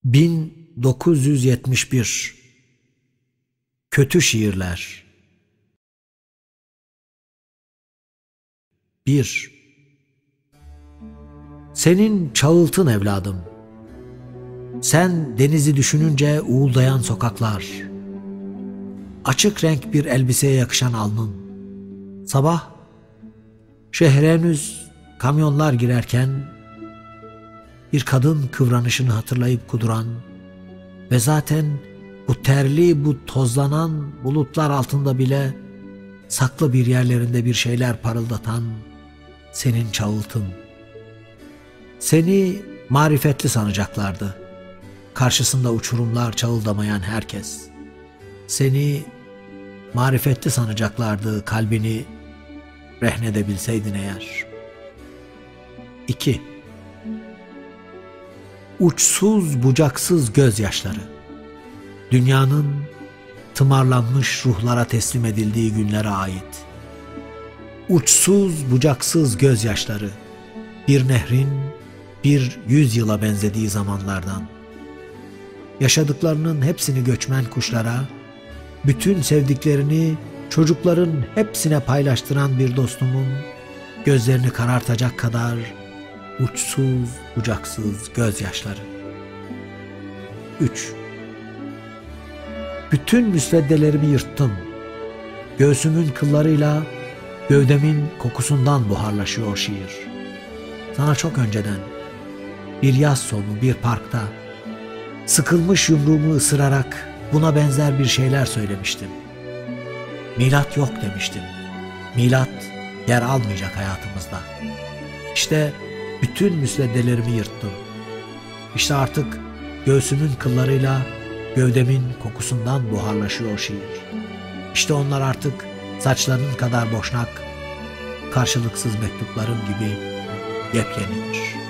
1971 Kötü şiirler. 1. Senin çağıltın evladım. Sen denizi düşününce uğuldayan sokaklar. Açık renk bir elbiseye yakışan alnın. Sabah şehre henüz kamyonlar girerken bir kadın kıvranışını hatırlayıp kuduran ve zaten bu terli, bu tozlanan bulutlar altında bile saklı bir yerlerinde bir şeyler parıldatan senin çağıltın. Seni marifetli sanacaklardı. Karşısında uçurumlar çağıldamayan herkes. Seni marifetli sanacaklardı, kalbini rehnedebilseydin eğer. 2. Uçsuz bucaksız gözyaşları. Dünyanın tımarlanmış ruhlara teslim edildiği günlere ait. Uçsuz bucaksız gözyaşları. Bir nehrin bir 100 yıla benzediği zamanlardan. Yaşadıklarının hepsini göçmen kuşlara, bütün sevdiklerini çocukların hepsine paylaştıran bir dostumun gözlerini karartacak kadar uçsuz bucaksız gözyaşları. 3. Bütün müsveddelerimi yırttım. Göğsümün kıllarıyla gövdemin kokusundan buharlaşıyor şiir. Sana çok önceden, bir yaz sonu bir parkta, sıkılmış yumruğumu ısırarak buna benzer bir şeyler söylemiştim. Milat yok demiştim. Milat yer almayacak hayatımızda. İşte bütün müsveddelerimi yırttım. İşte artık göğsümün kıllarıyla gövdemin kokusundan buharlaşıyor şiir. İşte onlar artık saçların kadar boşnak, karşılıksız mektuplarım gibi yepyenidir.